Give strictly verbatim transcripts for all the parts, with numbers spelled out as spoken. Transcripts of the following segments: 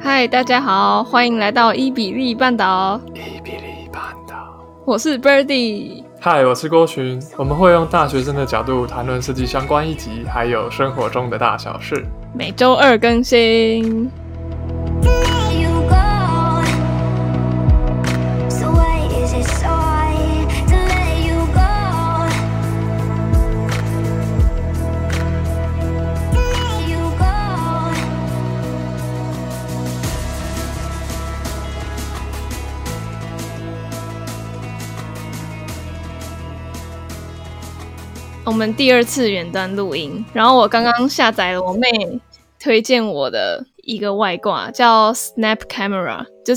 嗨，大家好，欢迎来到伊比利半岛。 伊比利半岛， 我是 Birdy。 嗨，我是郭群。我们会用大学生的角度谈论设计相关议题，还有生活中的大小事。 每周二更新。我们第二次远端录音，然后我刚刚下载了我妹推荐我的一个外挂，叫 Snap Camera， 就是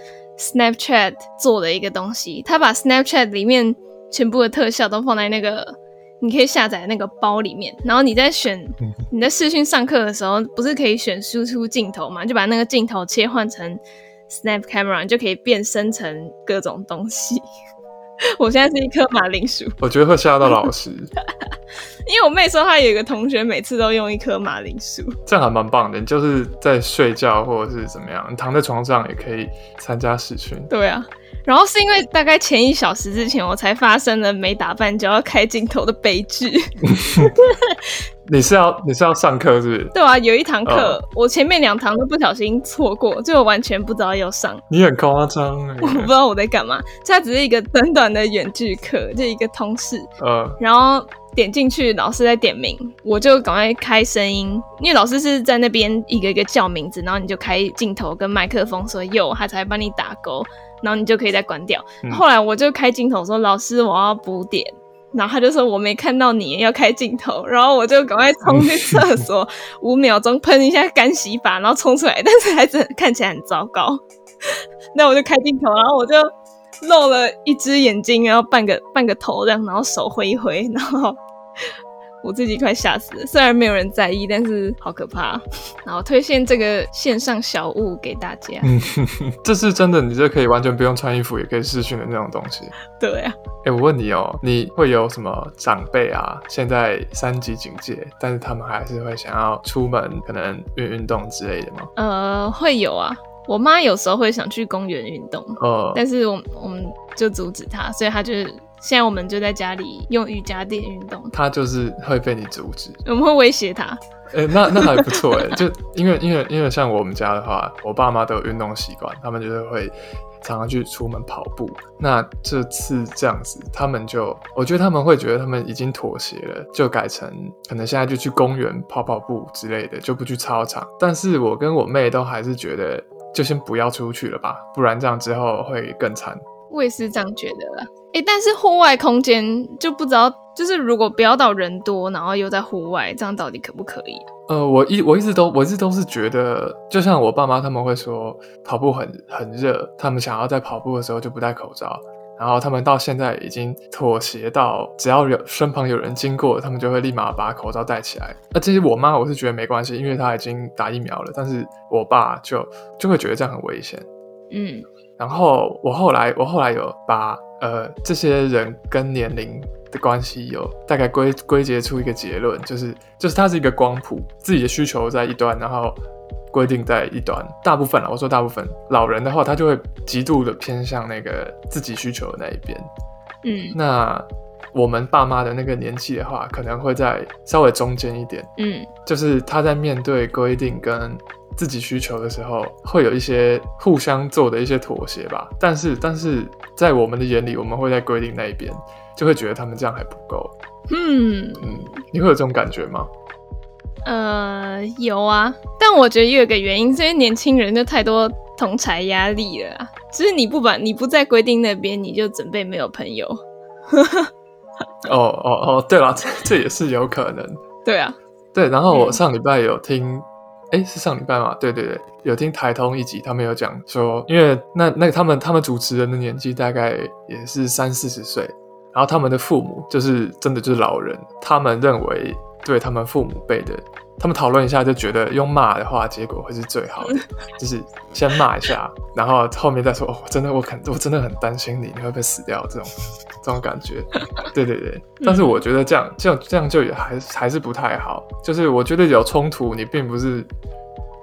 Snapchat 做的一个东西。它把 Snapchat 里面全部的特效都放在那个你可以下载的那个包里面，然后你在选你在视讯上课的时候，不是可以选输出镜头嘛？就把那个镜头切换成 Snap Camera， 你就可以变身成各种东西。我现在是一颗马铃薯， 我觉得会吓到老师。 因为我妹说她有一个同学每次都用一颗马铃薯， 这样还蛮棒的。你就是在睡觉或者是怎么样，你躺在床上也可以参加视讯。 对啊，然后是因为大概前一小时之前我才发生了没打扮就要开镜头的悲剧。 你是要你是要上课是不是？ 对啊，有一堂课、 哦、 我前面两堂都不小心错过，就我完全不知道要上。 你很夸张耶， 我不知道我在干嘛。它只是一个短短的远距课，就一个通识，呃，然后点进去老师在点名，我就赶快开声音，因为老师是在那边一个一个叫名字，然后你就开镜头跟麦克风说有，他才帮你打勾，然后你就可以再关掉、嗯、后来我就开镜头说老师我要补点，然后他就说我没看到你要开镜头，然后我就赶快冲去厕所五秒钟喷一下干洗法，然后冲出来，但是还是看起来很糟糕。那我就开镜头，然后我就露了一只眼睛，然后半个半个头这样，然后手挥一挥，然后我自己快吓死了，虽然没有人在意，但是好可怕。然后推荐这个线上小物给大家。 这是真的，你就可以完全不用穿衣服也可以视讯的那种东西。 对啊。 欸，我问你哦，你会有什么长辈啊？现在三级警戒，但是他们还是会想要出门，可能运运动之类的吗？ 呃，会有啊。我妈有时候会想去公园运动，呃，但是我我们就阻止她，所以她就是现在我们就在家里用瑜伽垫运动。 她就是会被你阻止， 我们会威胁她。 欸，那那还不错哎，就因为因为因为像我们家的话，我爸妈都有运动习惯，他们就是会常常去出门跑步。那这次这样子，他们就我觉得他们会觉得他们已经妥协了，就改成可能现在就去公园跑跑步之类的，就不去操场。但是我跟我妹都还是觉得就先不要出去了吧，不然这样之后会更惨。 我也是这样觉得啦。欸，但是户外空间就不知道，就是如果不要到人多，然后又在户外，这样到底可不可以啊？ 呃，我一我一直都我一直都是觉得，就像我爸妈他们会说跑步很很热，他们想要在跑步的时候就不戴口罩，然后他们到现在已经妥协到，只要有身旁有人经过，他们就会立马把口罩戴起来。那其实我妈我是觉得没关系，因为她已经打疫苗了，但是我爸就就会觉得这样很危险。嗯，然后我后来我后来有把呃这些人跟年龄的关系有大概归归结出一个结论，就是就是它是一个光谱，自己的需求在一端，然后规定在一端。大部分啦，我说大部分老人的话，他就会极度的偏向那个自己需求的那一边。嗯，那我们爸妈的那个年纪的话，可能会在稍微中间一点。嗯，就是他在面对规定跟自己需求的时候，会有一些互相做的一些妥协吧。但是，但是在我们的眼里，我们会在规定那一边，就会觉得他们这样还不够。嗯嗯，你会有这种感觉吗？ 呃，有啊，但我觉得有一个原因，是因为年轻人就太多同侪压力了啊。就是你不把你不在规定那边，你就准备没有朋友。 哦哦哦，对啦，这这也是有可能。 对啊， 对。然后我上礼拜有听。哎，是上礼拜吗？对对对，有听台通一集，他们有讲说，因为那那他们他们主持人的年纪大概也是三四十岁，然后他们的父母就是真的就是老人，他们认为对他们父母辈的，他们讨论一下就觉得用骂的话，结果会是最好的，就是先骂一下，然后后面再说，哦，真的我肯我真的很担心你，你会不会死掉这种这种感觉。对对对，但是我觉得这样这样这样就也还还是不太好，就是我觉得有冲突，你并不是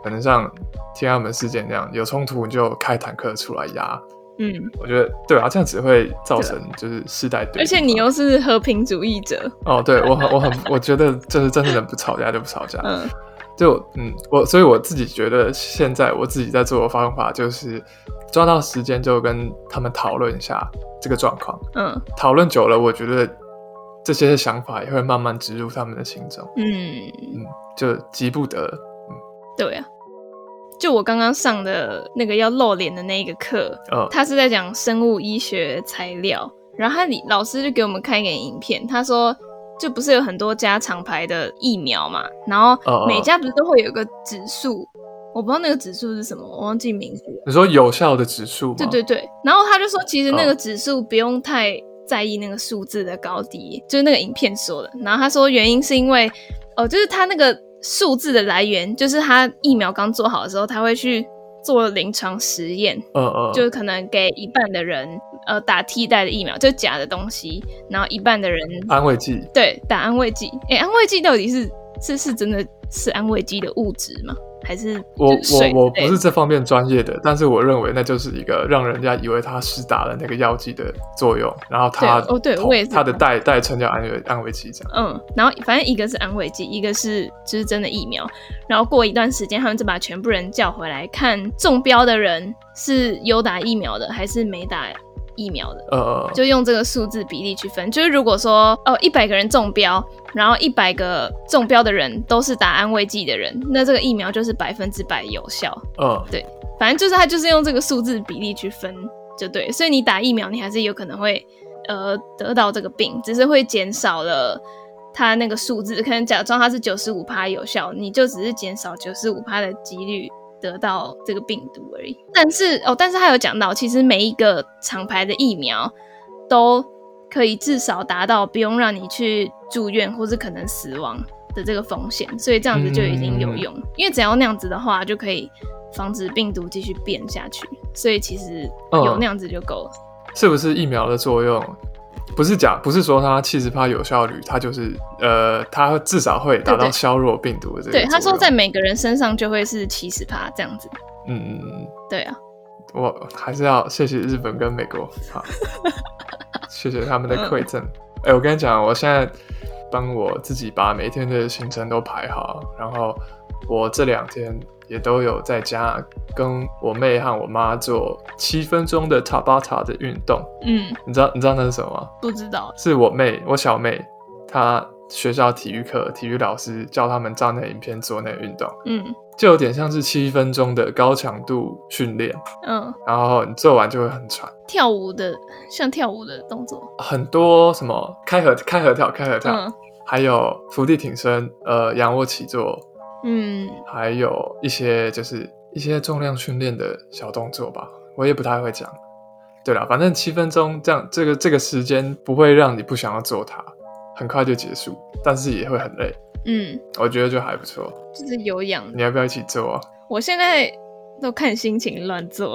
可能像天安门事件那样，有冲突你就开坦克出来压。 嗯， 我觉得对啊，这样只会造成就是世代对立。 而且你又是和平主义者。 哦，对我很我很我觉得就是真的能不吵架就不吵架。 嗯， 就嗯，我所以我自己觉得现在我自己在做的方法就是抓到时间就跟他们讨论一下这个状况。嗯，讨论久了，我觉得这些想法也会慢慢植入他们的心中。嗯嗯，就急不得。嗯， 对啊。就我刚刚上的那个要露脸的那一个课，哦，他是在讲生物医学材料，然后他老师就给我们看一个影片，他说就不是有很多家厂牌的疫苗嘛，然后每家不是都会有一个指数，我不知道那个指数是什么，我忘记名字了。 你说有效的指数吗？ 对对对，然后他就说其实那个指数不用太在意那个数字的高低，就是那个影片说的，然后他说原因是因为哦，就是他那个数字的来源就是他疫苗刚做好的时候他会去做临床实验，嗯嗯，就是可能给一半的人呃打替代的疫苗，就是假的东西，然后一半的人安慰剂， 对，打安慰剂。哎，安慰剂到底是是是真的是安慰剂的物质吗？还是我我我不是这方面专业的，但是我认为那就是一个让人家以为他施打了那个药剂的作用，然后他哦对，我也是， 他的代代称叫安慰安慰剂这样。 嗯，然后反正一个是安慰剂，一个是就是真的疫苗，然后过一段时间他们就把全部人叫回来看中标的人是有打疫苗的还是没打疫苗的，呃，就用这个数字比例去分。就是如果说哦一百个人中标，然后一百个中标的人都是打安慰剂的人，那这个疫苗就是百分之百有效。呃，对，反正就是他就是用这个数字比例去分，就对。所以你打疫苗，你还是有可能会呃得到这个病，只是会减少了它那个数字，可能假装它是 百分之九十五 有效，你就只是减少 百分之九十五 的几率得到这个病毒而已。但是哦，但是他有讲到，其实每一个厂牌的疫苗都可以至少达到不用让你去住院或是可能死亡的这个风险，所以这样子就已经有用、嗯、因为只要那样子的话就可以防止病毒继续变下去，所以其实有那样子就够了、 嗯、是不是疫苗的作用不是讲，不是说它 百分之七十 有效率，它就是呃，它至少会达到削弱病毒的这个作用。 对，他说在每个人身上就会是 百分之七十 这样子。嗯，对啊， 我还是要谢谢日本跟美国，好，谢谢他们的馈赠。哎、欸，我跟你讲，我现在帮我自己把每天的行程都排好，然后我这两天也都有在家跟我妹和我妈做七分钟的塔巴塔的运动。嗯，你知道你知道那是什么吗？ 不知道。 是我妹，我小妹，她学校体育课，体育老师叫他们照那影片做那个运动。嗯，就有点像是七分钟的高强度训练。嗯，然后你做完就会很喘。 跳舞的，像跳舞的动作， 很多什么开合开合跳、开合跳，嗯、还有伏地挺身、呃仰卧起坐。嗯，还有一些就是一些重量训练的小动作吧，我也不太会讲。对啦，反正七分钟这样，这个这个时间不会让你不想要做它，很快就结束，但是也会很累。嗯，我觉得就还不错， 就是有氧。 你要不要一起做啊？ 我现在都看心情乱做。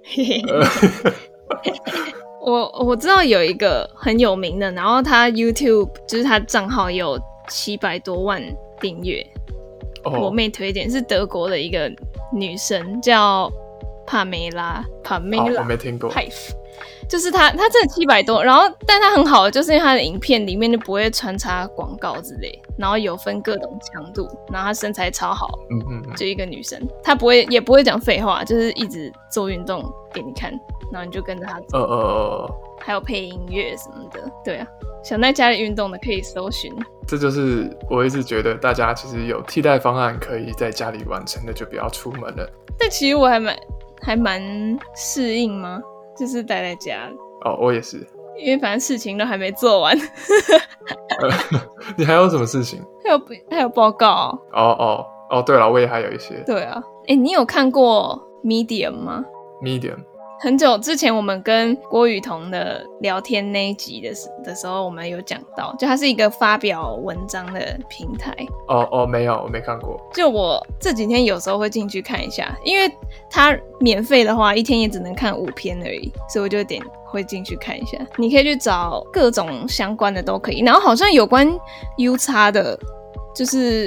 我我知道有一个很有名的，然后他 YouTube 就是他账号有七百多万订阅。Oh. 我妹推荐是德国的一个女生叫帕梅拉，帕梅拉， 我没听过。 就是她，她真的七百多，然后但她很好的就是因为她的影片里面就不会穿插广告之类，然后有分各种强度，然后她身材超好，嗯嗯嗯，就一个女生，她不会也不会讲废话，就是一直做运动给你看，然后你就跟着她做，呃呃，还有配音乐什么的，对啊。想在家里运动的可以搜寻， 这就是我一直觉得大家其实有替代方案可以在家里完成的，就不要出门了。 但其实我还蛮还蛮适应吗？就是待在家。 哦，我也是， 因为反正事情都还没做完。 呃、你还有什么事情？ 还有还有报告、哦。 哦哦哦，对了，我也还有一些。 对啊，哎，你有看过 Medium 吗 ？Medium。 很久之前我们跟郭雨桐的聊天那一集 的, 的时候我们有讲到，就它是一个发表文章的平台。 哦哦，没有，我没看过。 就我这几天有时候会进去看一下，因为它免费的话一天也只能看五篇而已，所以我就点会进去看一下。你可以去找各种相关的都可以，然后好像有关 U X 的就是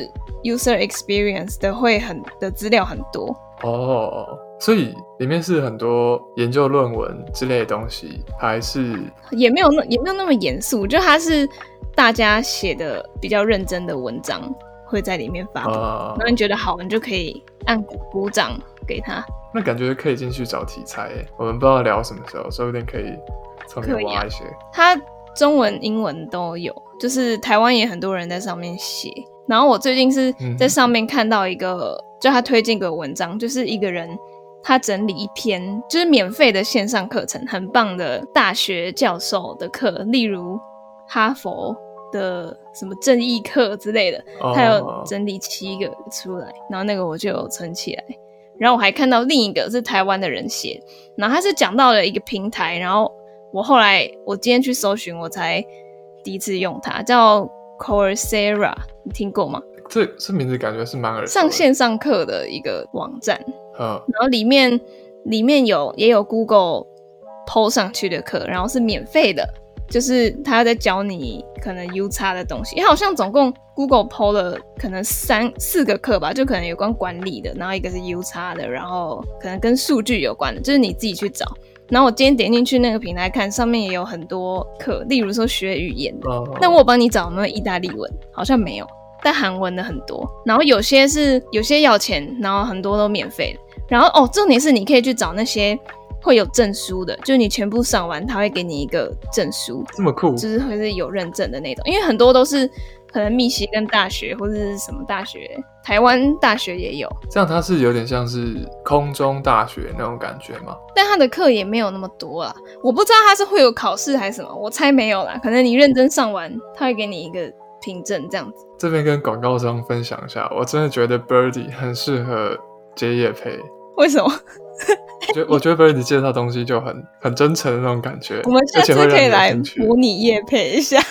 user experience 的会很的资料很多哦，所以里面是很多研究论文之类的东西，还是也没有那也没有那么严肃，就它是大家写的比较认真的文章会在里面发布， 哦、 然后你觉得好，你就可以按鼓鼓掌给他。 那感觉可以进去找题材耶，我们不知道聊什么时候，说不定可以从里面挖一些。 它中文、英文都有，就是台湾也很多人在上面写。然后我最近是在上面看到一个，嗯、就他推荐个文章，就是一个人他整理一篇就是免费的线上课程，很棒的大学教授的课，例如哈佛的什么正义课之类的，他有整理七个出来，然后那个我就有存起来。然后我还看到另一个是台湾的人写，然后他是讲到了一个平台，然后我后来我今天去搜寻，我才第一次用它，叫 Coursera， 你听过吗？ 这这名字感觉是蛮耳熟的， 上线上课的一个网站， 嗯， 然后里面里面有也有 Google po 上去的课，然后是免费的，就是他在教你可能 U X 的东西，他好像总共 Google po 了可能三四个课吧，就可能有关管理的，然后一个是 U X 的，然后可能跟数据有关的，就是你自己去找。然后我今天点进去那个平台看，上面也有很多课，例如说学语言的，哦、那我有帮你找有没有意大利文，好像没有，但韩文的很多，然后有些是有些要钱，然后很多都免费的。然后哦，重点是你可以去找那些会有证书的，就是你全部上完，他会给你一个证书， 这么酷， 就是会是有认证的那种。因为很多都是可能密西根大学或者是什么大学，台湾大学也有。 这样它是有点像是空中大学那种感觉吗？ 但他的课也没有那么多啦，我不知道他是会有考试还是什么，我猜没有啦。可能你认真上完，他会给你一个凭证这样子。 这边跟广告商分享一下，我真的觉得 Birdy 很适合接业配。 为什么？ 我觉得 Birdy 介绍东西就很很真诚的那种感觉， 我们下次可以来模拟业配一下。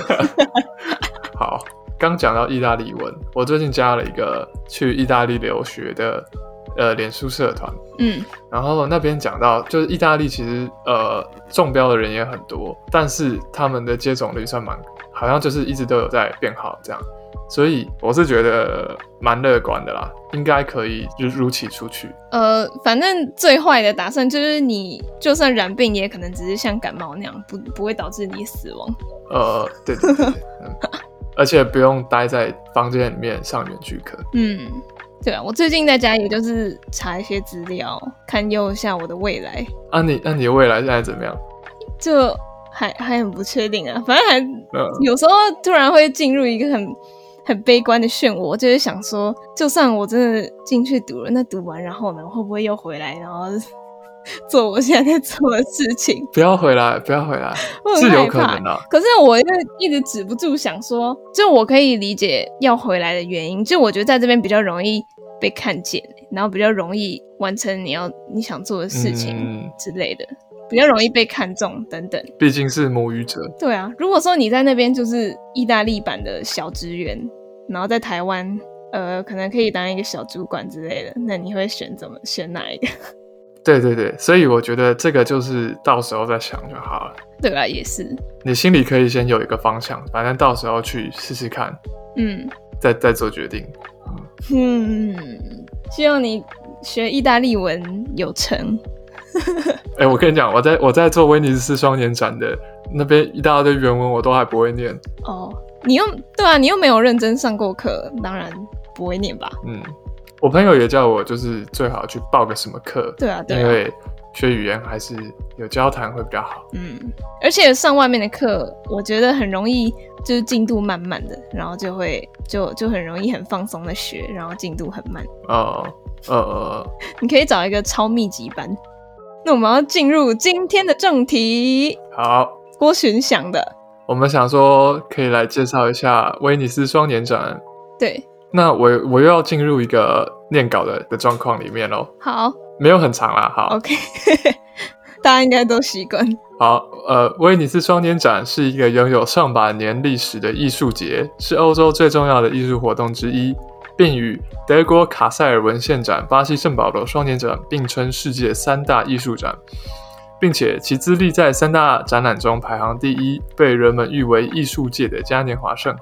好，刚讲到意大利文，我最近加了一个去意大利留学的呃脸书社团， 嗯， 然后那边讲到，就是意大利其实呃中标的人也很多，但是他们的接种率算蛮，好像就是一直都有在变好这样。所以我是觉得蛮乐观的啦，应该可以就如期出去。 呃，反正最坏的打算就是你就算染病，也可能只是像感冒那样，不不会导致你死亡。 呃，对对对，嗯，而且不用待在房间里面上远距课。 嗯，对啊，我最近在家也就是查一些资料，看忧一下我的未来。 啊你，那、啊、你的未来现在怎么样？ 就还还很不确定啊，反正还、呃、有时候突然会进入一个很。很悲观的漩涡，就是想说，就算我真的进去读了，那读完然后呢，会不会又回来，然后做我现在在做的事情？ 不要回来，不要回来，是有可能的、啊。 可是我又一直止不住想说，就我可以理解要回来的原因，就我觉得在这边比较容易被看见，然后比较容易完成你要你想做的事情之类的。嗯，比较容易被看中等等， 毕竟是母语者。 对啊，如果说你在那边就是意大利版的小职员，然后在台湾呃可能可以当一个小主管之类的，那你会选怎么选哪一个？ 对对对，所以我觉得这个就是到时候再想就好了。 对啊，也是，你心里可以先有一个方向，反正到时候去试试看， 嗯， 再再做决定。 嗯，希望你学意大利文有成。 哎、欸，我跟你讲，我在我在做威尼斯双年展的那边一大堆原文我都还不会念。 哦，你又对啊，你又没有认真上过课，当然不会念吧？ 嗯，我朋友也叫我就是最好去报个什么课。 对啊，对啊， 因为学语言还是有交谈会比较好。 嗯，而且上外面的课，我觉得很容易就是进度慢慢的，然后就会就就很容易很放松的学，然后进度很慢。 哦呃呃， 你可以找一个超密集班。那我们要进入今天的正题。 好， 郭洵想的， 我们想说可以来介绍一下威尼斯双年展。 对， 那我我又要进入一个念稿的的状况里面咯。 好， 没有很长啦。好 ，OK， 大家应该都习惯。 好，呃，威尼斯双年展是一个拥有上百年历史的艺术节，是欧洲最重要的艺术活动之一，并与德国卡塞尔文献展、巴西圣保罗双年展并称世界三大艺术展，并且其资历在三大展览中排行第一，被人们誉为艺术界的嘉年华盛会。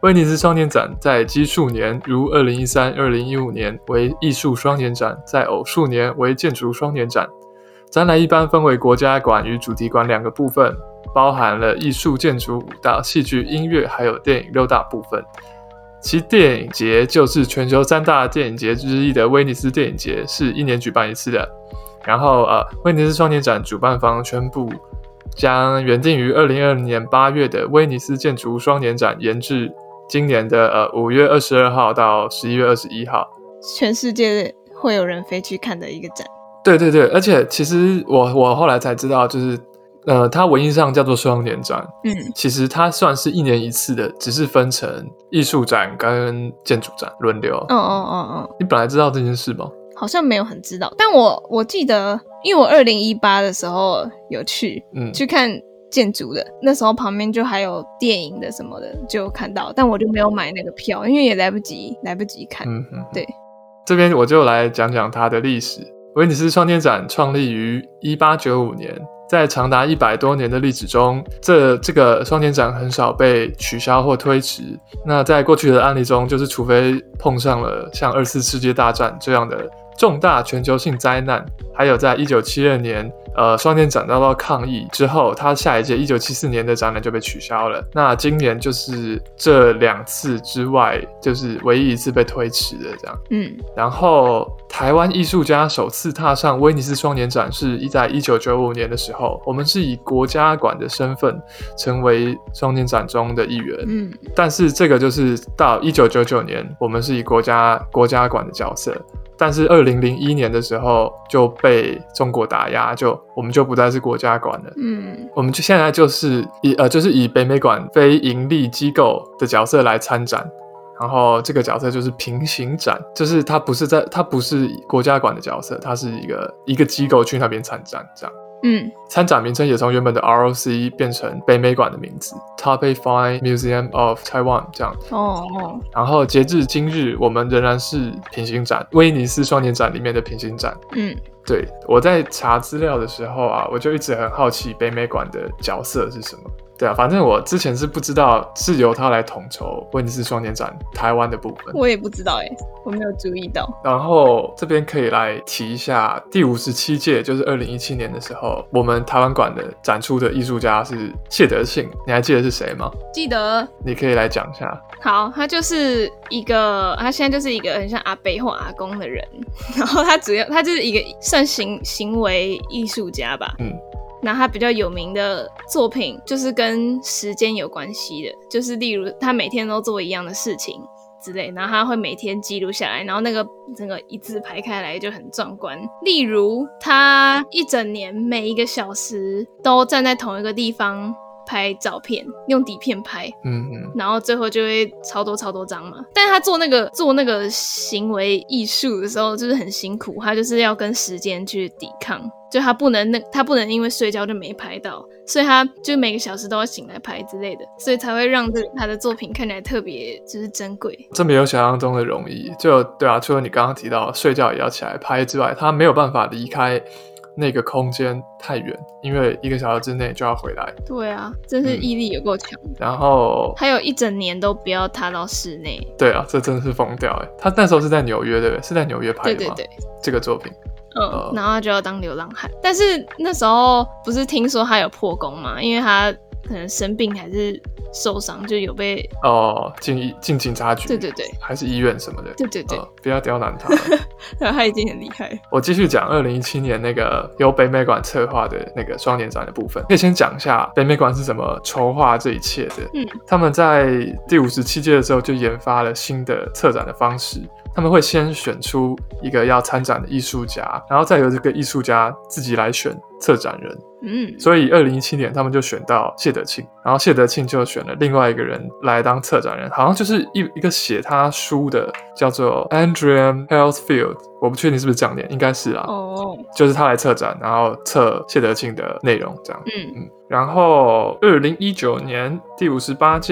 威尼斯双年展在奇数年如二零一三、二零一五年为艺术双年展，在偶数年为建筑双年展。展览一般分为国家馆与主题馆两个部分，包含了艺术、建筑、舞蹈、戏剧、音乐还有电影六大部分。其电影节就是全球三大电影节之一的威尼斯电影节，是一年举办一次的。然后呃，威尼斯双年展主办方宣布将原定于二零二零年八月的威尼斯建筑双年展延至今年的呃五月二十二号到十一月二十一号。 全世界会有人飞去看的一个展。 对对对，而且其实我我后来才知道，就是呃，它文义上叫做双年展，嗯，其实它算是一年一次的，只是分成艺术展跟建筑展轮流。 嗯嗯嗯嗯， 你本来知道这件事吗？ 好像没有很知道，但我我记得，因为我二零一八的时候有去，嗯，去看建筑的，那时候旁边就还有电影的什么的，就有看到，但我就没有买那个票，因为也来不及来不及看。嗯嗯，对， 这边我就来讲讲它的历史。威尼斯双年展创立于一八九五年，在长达一百多年的历史中，这这个双年展很少被取消或推迟。那在过去的案例中，就是除非碰上了像二次世界大战这样的重大全球性灾难，还有在一九七二年呃，双年展遭到抗议之后，它下一届一九七四年的展览就被取消了。那今年就是这两次之外，就是唯一一次被推迟的这样。嗯，然后台湾艺术家首次踏上威尼斯双年展是在一九九五年的时候，我们是以国家馆的身份成为双年展中的一员。嗯，但是这个就是到一九九九年，我们是以国家国家馆的角色。但是二零零一年的时候就被中国打压，就我们就不再是国家馆了。嗯，我们就现在就是以呃就是以北美馆非营利机构的角色来参展，然后这个角色就是平行展，就是它不是在它不是国家馆的角色，它是一个一个机构去那边参展这样。嗯，参展名称也从原本的 R O C 变成北美馆的名字 Taipei Fine Museum of Taiwan 这样。哦哦。然后截至今日，我们仍然是平行展，威尼斯双年展里面的平行展。嗯，对，我在查资料的时候啊，我就一直很好奇北美馆的角色是什么。对啊，反正我之前是不知道是由他来统筹威尼斯双年展台湾的部分。 我也不知道耶，我没有注意到。 然后这边可以来提一下第五十七届，就是二零一七年的时候，我们台湾馆的展出的艺术家是谢德庆，你还记得是谁吗？ 记得。 你可以来讲一下。 好，他就是一个，他现在就是一个很像阿伯或阿公的人，然后他主要他就是一个算行行为艺术家吧。嗯。那他比较有名的作品就是跟时间有关系的，就是例如他每天都做一样的事情之类，然后他会每天记录下来，然后那个整个一字排开来就很壮观。例如他一整年每一个小时都站在同一个地方拍照片，用底片拍，嗯嗯，然后最后就会超多超多张嘛。但是他做那个做那个行为艺术的时候，就是很辛苦，他就是要跟时间去抵抗，就他不能那他不能因为睡觉就没拍到，所以他就每个小时都要醒来拍之类的，所以才会让这他的作品看起来特别就是珍贵。 这没有想象中的容易，就对啊，除了你刚刚提到睡觉也要起来拍之外，他没有办法离开那个空间太远，因为一个小时之内就要回来。 对啊，真是毅力有够强。 嗯、然后还有一整年都不要踏到室内。 对啊，这真的是疯掉哎！他那时候是在纽约对不对？是在纽约拍的吗？ 对对对， 这个作品。 嗯，呃、然后他就要当流浪汉。但是那时候不是听说他有破功嘛？因为他可能生病还是受伤，就有被哦进进警察局， 对对对， 还是医院什么的， 对对对， 呃、不要刁难他。 他已经很厉害。 我继续讲二零一七年那个由北美馆策划的那个双年展的部分，可以先讲一下北美馆是怎么筹划这一切的。嗯，他们在第五十七届的时候就研发了新的策展的方式。他们会先选出一个要参展的艺术家，然后再由这个艺术家自己来选策展人。嗯，所以二零一七年他们就选到谢德庆，然后谢德庆就选了另外一个人来当策展人，好像就是一一个写他书的叫做 Andrea Healthfield， 我不确定是不是这样念，应该是啦。哦，就是他来策展，然后策谢德庆的内容这样。嗯嗯，然后二零一九年第五十八届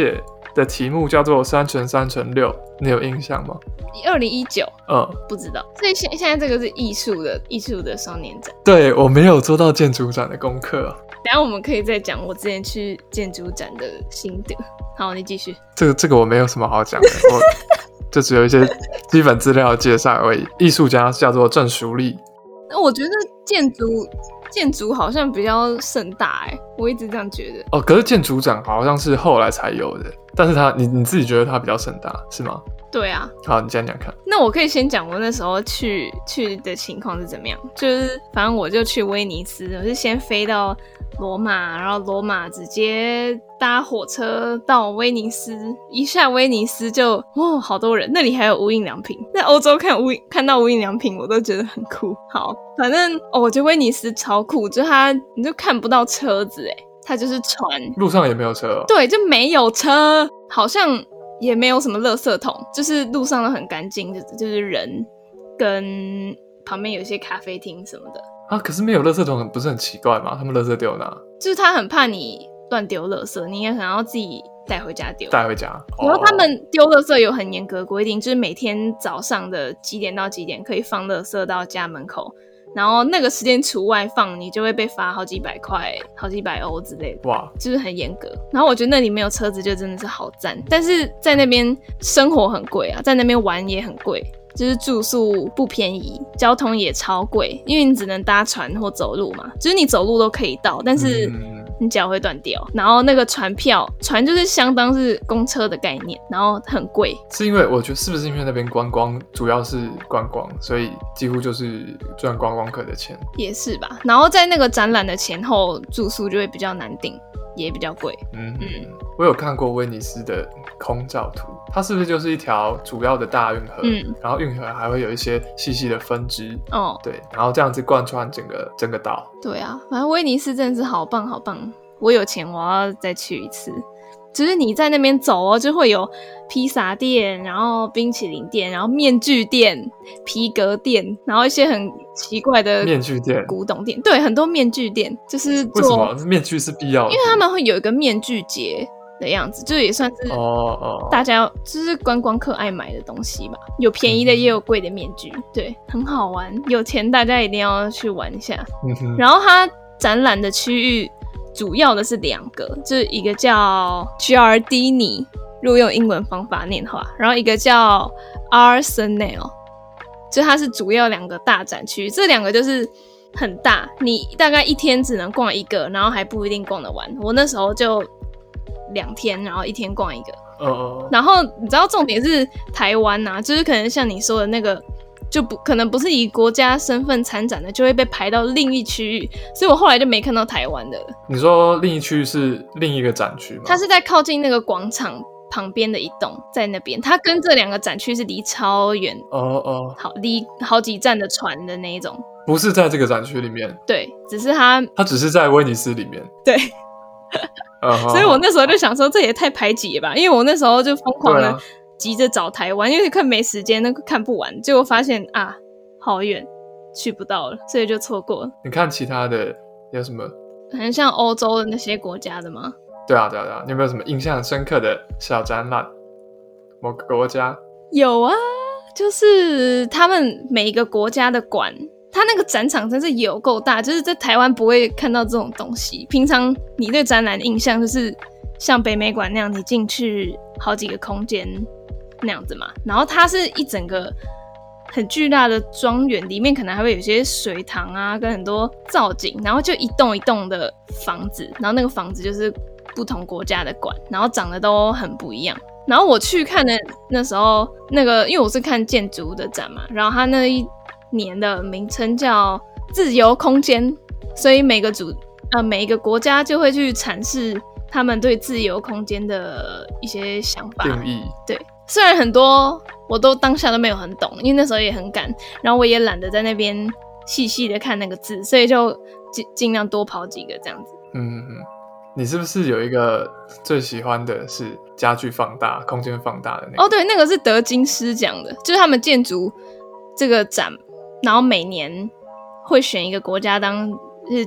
的题目叫做三乘三乘六，你有印象吗？ 二零一九， 嗯， 不知道。所以现现在这个是艺术的艺术的双年展。 对，我没有做到建筑展的功课。 等一下我们可以再讲我之前去建筑展的心得。好，你继续。 这个这个我没有什么好讲的，我就只有一些基本资料介绍而已。艺术家叫做郑淑丽。 那我觉得建筑建筑好像比较盛大哎，我一直这样觉得。 哦，可是建筑展好像是后来才有的，但是他你你自己觉得它比较盛大是吗？ 对啊。 好，你讲讲看。 那我可以先讲我那时候去去的情况是怎么样，就是反正我就去威尼斯，我是先飞到罗马，然后罗马直接搭火车到威尼斯，一下威尼斯就哦好多人，那里还有无印良品，在欧洲看无看到无印良品我都觉得很酷。好，反正哦我觉得威尼斯超酷，就它你就看不到车子耶，它就是船， 路上也没有车哦。 对，就没有车，好像也没有什么垃圾桶，就是路上都很干净，就就是人跟旁边有一些咖啡厅什么的啊。可是没有垃圾桶不是很奇怪吗？他们垃圾丢哪？ 就是他很怕你乱丢垃圾，你也可能要自己带回家丢。 带回家。 然后他们丢垃圾有很严格的规定，就是每天早上的几点到几点可以放垃圾到家门口，然后那个时间除外放，你就会被罚好几百块、好几百欧之类的。 哇， 就是很严格。然后我觉得那里没有车子就真的是好赞，但是在那边生活很贵啊，在那边玩也很贵，就是住宿不便宜，交通也超贵，因为你只能搭船或走路嘛，就是你走路都可以到，但是你脚会断掉。然后那个船票，船就是相当是公车的概念，然后很贵。 是因为我觉得是不是因为那边观光主要是观光，所以几乎就是赚观光客的钱， 也是吧。然后在那个展览的前后住宿就会比较难订，也比较贵。嗯嗯，我有看过威尼斯的空照图，它是不是就是一条主要的大运河？嗯，然后运河还会有一些细细的分支。哦，对，然后这样子贯穿整个整个岛。 对啊，反正威尼斯真的是好棒好棒，我有钱我要再去一次。就是你在那边走哦，就会有披萨店，然后冰淇淋店，然后面具店、皮革店，然后一些很奇怪的面具店、 古董店。对，很多面具店，就是做为什么面具是必要的？ 因为他们会有一个面具节的样子，就也算是大家就是观光客爱买的东西吧。有便宜的也有贵的面具，对，很好玩。有钱大家一定要去玩一下。嗯、然后它展览的区域主要的是两个，就是一个叫 Giardini， 如果用英文方法念的话，然后一个叫 Arsenal， 就它是主要两个大展区，这两个就是很大，你大概一天只能逛一个，然后还不一定逛得完。我那时候就两天，然后一天逛一个。Uh... 然后你知道重点是台湾啊，就是可能像你说的那个。就不可能不是以国家身份参展的，就会被排到另一区域，所以我后来就没看到台湾的了。 你说另一区域是另一个展区吗？ 它是在靠近那个广场旁边的一栋，在那边，它跟这两个展区是离超远哦哦，好离好几站的船的那一种， 不是在这个展区里面。 对，只是它它只是在威尼斯里面。 对。uh-huh. 所以我那时候就想说，这也太排挤了吧，因为我那时候就疯狂的。急着找台湾，因为看没时间，那个看不完，结果发现啊，好远，去不到了，所以就错过了。 你看其他的有什么？ 很像欧洲的那些国家的吗？ 对啊，对啊，对啊。你有没有什么印象深刻的小展览？某个国家？ 有啊，就是他们每一个国家的馆，它那个展场真是有够大，就是在台湾不会看到这种东西。平常你对展览的印象就是像北美馆那样，你进去好几个空间。那样子嘛，然后它是一整个很巨大的庄园，里面可能还会有些水塘啊，跟很多造景，然后就一栋一栋的房子，然后那个房子就是不同国家的馆，然后长得都很不一样。然后我去看的那时候，那个因为我是看建筑的展嘛，然后它那一年的名称叫自由空间，所以每个主呃每一个国家就会去阐释他们对自由空间的一些想法定义， 对。虽然很多我都当下都没有很懂，因为那时候也很赶，然后我也懒得在那边细细的看那个字，所以就尽尽量多跑几个这样子。 嗯嗯，你是不是有一个最喜欢的是家具放大、空间放大的那个？ 哦，对，那个是得金狮奖的，就是他们建筑这个展，然后每年会选一个国家当是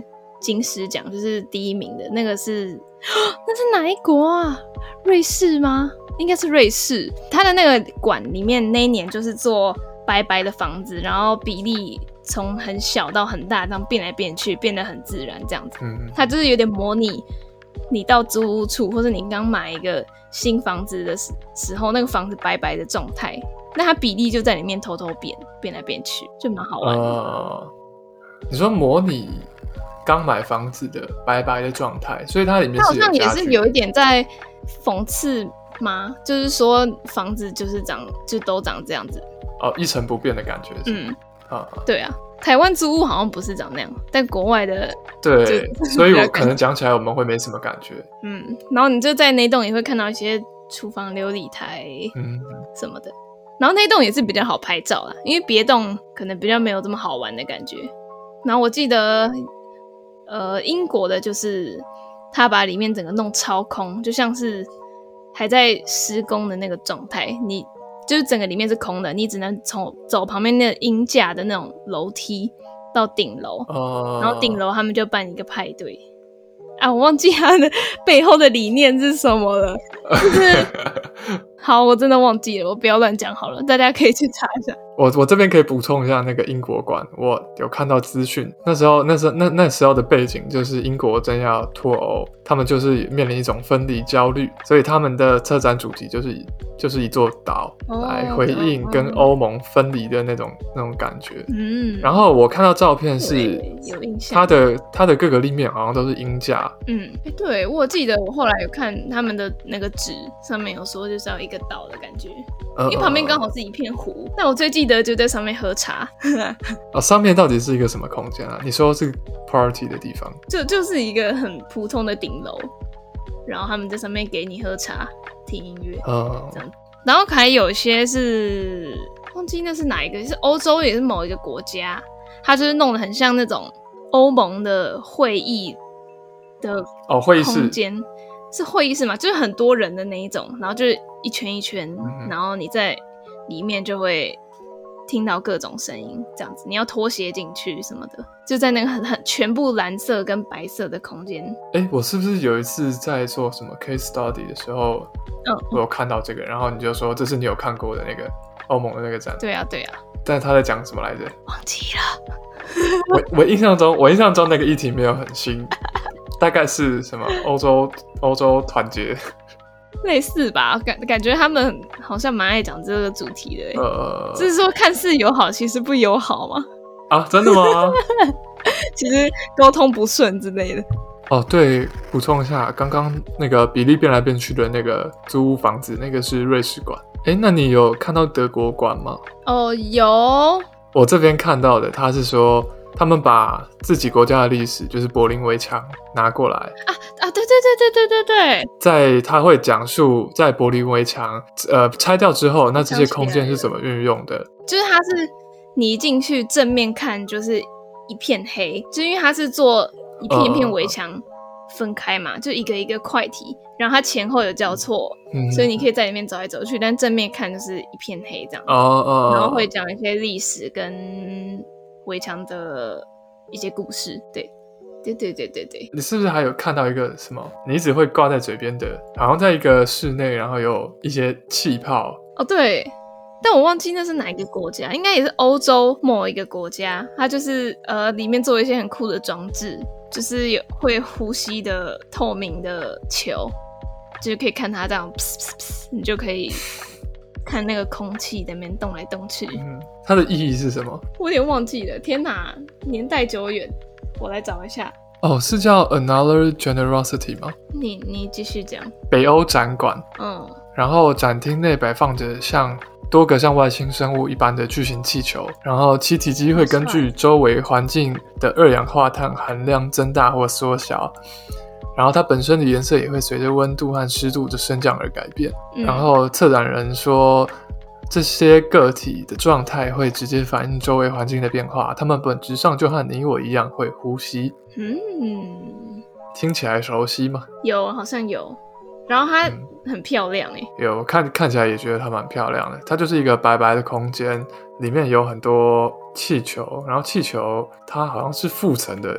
金狮奖，就是第一名的那个是那是哪一国啊？瑞士吗？应该是瑞士。它的那个馆里面那一年就是做白白的房子，然后比例从很小到很大，这样变来变去，变得很自然这样子。嗯，它就是有点模拟你到租屋处，或者你刚买一个新房子的时候，那个房子白白的状态，那它比例就在里面偷偷变，变来变去，就蛮好玩的。呃， 你说模拟刚买房子的白白的状态，所以它里面是有家具， 它好像也是有一点在讽刺吗？就是说房子就是长就都长这样子哦，一成不变的感觉是。嗯啊，对啊，台湾租屋好像不是长那样，但国外的对，所以我可能讲起来我们会没什么感觉。 嗯，然后你就在那栋也会看到一些厨房琉璃台嗯什么的，然后那栋也是比较好拍照啦，因为别栋可能比较没有这么好玩的感觉。然后我记得呃英国的就是他把里面整个弄超空，就像是还在施工的那个状态，你就是整个里面是空的，你只能从走旁边那个鹰架的那种楼梯到顶楼，哦，然后顶楼他们就办一个派对啊，我忘记他的背后的理念是什么了，就是好，我真的忘记了，我不要乱讲好了，大家可以去查一下。 我我这边可以补充一下那个英国馆，我有看到资讯，那时候那时候那那时候的背景就是英国正要脱欧，他们就是面临一种分离焦虑，所以他们的策展主题就是就是一座岛来回应跟欧盟分离的那种、哦、那种感觉。嗯，然后我看到照片是有印象， 它的它的各个立面好像都是鹰架。 嗯，对，我记得我后来有看他们的那个纸上面有说就是要一个岛的感觉。因为旁边刚好是一片湖，但我最记得就在上面喝茶。 哦，上面到底是一个什么空间啊？你说是 party 的地方？ 就就是一个很普通的顶楼，然后他们在上面给你喝茶、听音乐，哦，这样。然后还有一些是忘记那是哪一个，是欧洲也是某一个国家，它就是弄得很像那种欧盟的会议的哦会议室空间。是会议室嘛，就是很多人的那一种，然后就是一圈一圈，嗯，然后你在里面就会听到各种声音，这样子，你要脱鞋进去什么的，就在那个很很全部蓝色跟白色的空间。 哎，我是不是有一次在做什么 case study 的时候，嗯，我有看到这个，然后你就说这是你有看过的那个欧盟的那个展？ 对啊，对啊。 但他在讲什么来着？ 忘记了。 我我印象中，我印象中那个议题没有很新。大概是什么欧洲欧洲团结类似吧，感感觉他们好像蛮爱讲这个主题的，呃，就是说看似友好，其实不友好嘛。 啊，真的吗？ 其实沟通不顺之类的。 哦，对，补充一下，刚刚那个比例变来变去的那个租屋房子，那个是瑞士馆。哎，那你有看到德国馆吗？ 哦，有。 我这边看到的，他是说。他们把自己国家的历史，就是柏林围墙拿过来啊啊！对对对对对对对， 在他会讲述在柏林围墙呃拆掉之后，那这些空间是怎么运用的？ 就是它是你一进去正面看就是一片黑，就因为它是做一片一片围墙分开嘛，呃、就一个一个块体，然后它前后有交错，嗯、所以你可以在里面走来走去，但正面看就是一片黑这样。哦哦，然后会讲一些历史跟围墙的一些故事，对，对对对对对。 你是不是还有看到一个什么？你一直会挂在嘴边的，好像在一个室内，然后有一些气泡。 哦，对，但我忘记那是哪一个国家，应该也是欧洲某一个国家，它就是呃里面做一些很酷的装置，就是有会呼吸的透明的球，就是可以看它这样，噗噗噗，你就可以。看那个空气在那边动来动去， 嗯，它的意义是什么？ 我有点忘记了，天哪，年代久远，我来找一下。 哦，是叫 Another Generosity 吗？ 你你继续讲。 北欧展馆，嗯，然后展厅内摆放着像多个像外星生物一般的巨型气球，然后气体机会根据周围环境的二氧化碳含量增大或缩小。然后它本身的颜色也会随着温度和湿度的升降而改变。嗯、然后策展人说，这些个体的状态会直接反映周围环境的变化，它们本质上就和你我一样会呼吸。嗯，听起来熟悉吗？ 有，好像有。然后它很漂亮耶、 嗯、有看看起来也觉得它蛮漂亮的。它就是一个白白的空间，里面有很多气球，然后气球它好像是负层的。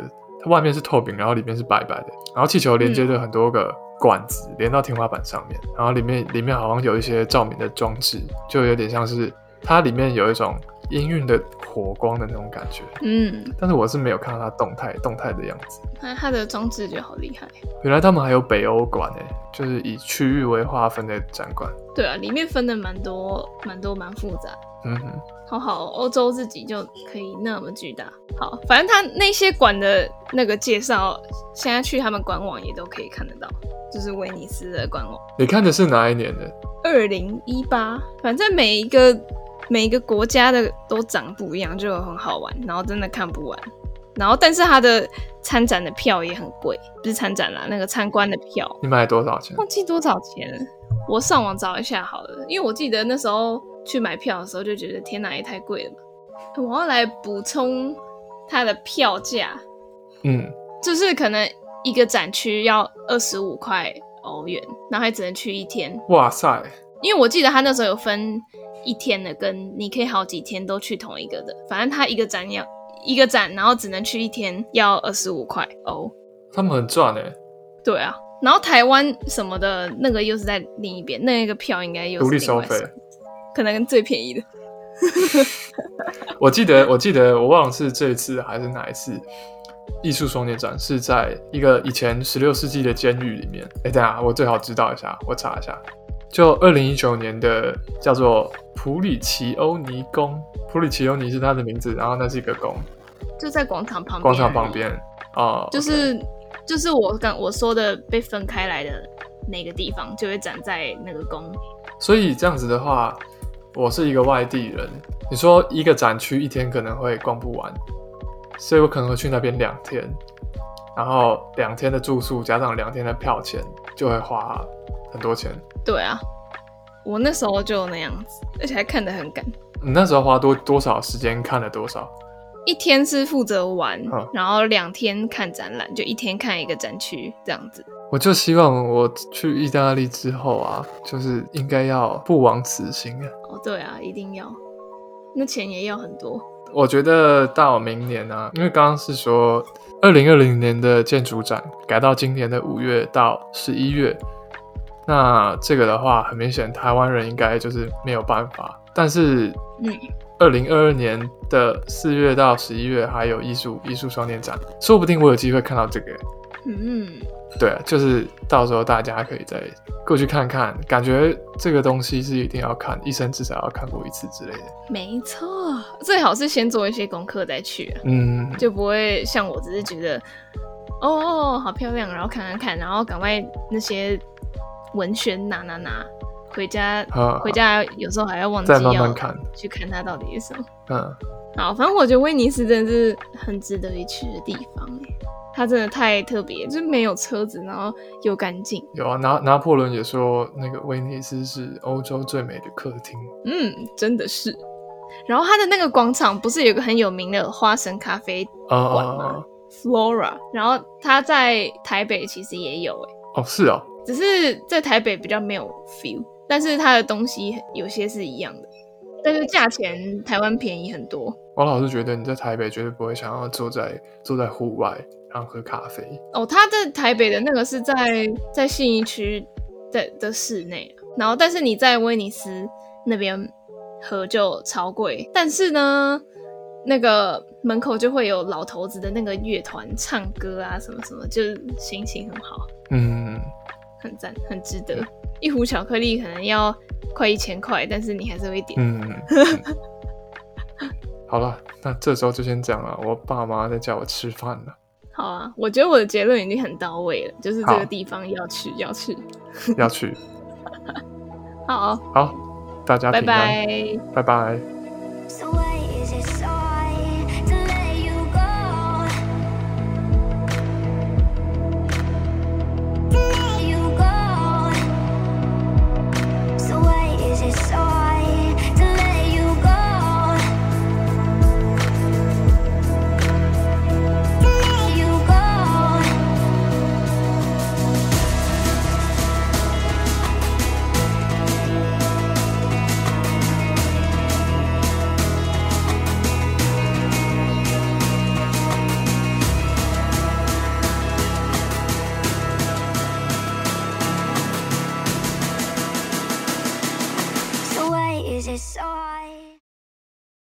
外面是透明，然后里面是白白的，然后气球连接着很多个管子、嗯、连到天花板上面，然后里面里面好像有一些照明的装置，就有点像是它里面有一种氤氲的火光的那种感觉。嗯，但是我是没有看到它动态动态的样子。 那它的装置就好厉害。 原来他们还有北欧馆诶，就是以区域为划分的展馆。 对啊，里面分的蛮多蛮多蛮复杂。嗯哼，好好，欧洲自己就可以那么巨大。好，反正他那些馆的那个介绍，现在去他们官网也都可以看得到，就是威尼斯的官网。 你看的是哪一年的？ 二零一八。反正每一个每一个国家的都长不一样，就很好玩，然后真的看不完。然后，但是它的参展的票也很贵，不是参展啦，那个参观的票。 你买了多少钱？ 忘记多少钱了，我上网找一下好了，因为我记得那时候去买票的时候就觉得天哪，也太贵了吧。我要来补充它的票价，嗯，就是可能一个展区要二十五块欧元，然后还只能去一天。 哇塞！ 因为我记得他那时候有分一天的，跟你可以好几天都去同一个的，反正他一个展要。一个展，然后只能去一天，要二十五块欧。 他们很赚欸。 对啊，然后台湾什么的那个又是在另一边，那个票应该又是独立收费， 可能最便宜的。 我记得，我记得，我忘了是这一次还是哪一次艺术双年展是在一个以前十六世纪的监狱里面。哎，等一下，我最好知道一下，我查一下。就二零一九年的叫做普里奇欧尼宫，普里奇欧尼是他的名字，然后那是一个宫。 就在广场旁边， 广场旁边哦， 就是、okay. 就是我刚我说的被分开来的那个地方，就会展在那个宫。 所以这样子的话，我是一个外地人，你说一个展区一天可能会逛不完，所以我可能会去那边两天，然后两天的住宿加上两天的票钱，就会花很多钱。 对啊，我那时候就那样子，而且还看得很赶。 你那时候花多多少时间看了多少？ 一天是负责玩、嗯，然后两天看展览，就一天看一个展区这样子。 我就希望我去意大利之后啊，就是应该要不枉此行啊。 哦，对啊，一定要，那钱也要很多。 我觉得到明年啊，因为刚刚是说二零二零年的建筑展改到今年的五月到十一月，那这个的话，很明显台湾人应该就是没有办法，但是嗯。二零二二年的四月到十一月还有艺术艺术双年展，说不定我有机会看到这个。嗯，对，就是到时候大家可以再过去看看，感觉这个东西是一定要看，一生至少要看过一次之类的。 没错，最好是先做一些功课再去、啊，嗯，就不会像我只是觉得哦哦好漂亮，然后看看看，然后赶快那些文宣拿拿拿。回家，回家有时候还要忘记要慢慢看去看它到底是什么。嗯，好，反正我觉得威尼斯真的是很值得一去的地方，它真的太特别，就是没有车子，然后又干净。 有啊，拿拿破仑也说那个威尼斯是欧洲最美的客厅。 嗯，真的是。然后它的那个广场不是有个很有名的花神咖啡馆吗、uh, Flora， 然后它在台北其实也有哦，是哦， 只是在台北比较没有 feel。但是它的东西有些是一样的，但是价钱台湾便宜很多。 我老是觉得你在台北绝对不会想要坐在坐在户外然后喝咖啡。 哦，它在台北的那个是在在信义区 的, 的室内，然后但是你在威尼斯那边喝就超贵，但是呢那个门口就会有老头子的那个乐团唱歌啊什么什么，就是心情很好，嗯，很赞，很值得。一壶巧克力可能要快一千块，但是你还是会点。嗯， 嗯好了，那这周就先这样了。我爸妈在叫我吃饭了。 好啊，我觉得我的结论已经很到位了，就是这个地方要去，要去， 要去。 好， 好，大家平安，拜拜， 拜拜。So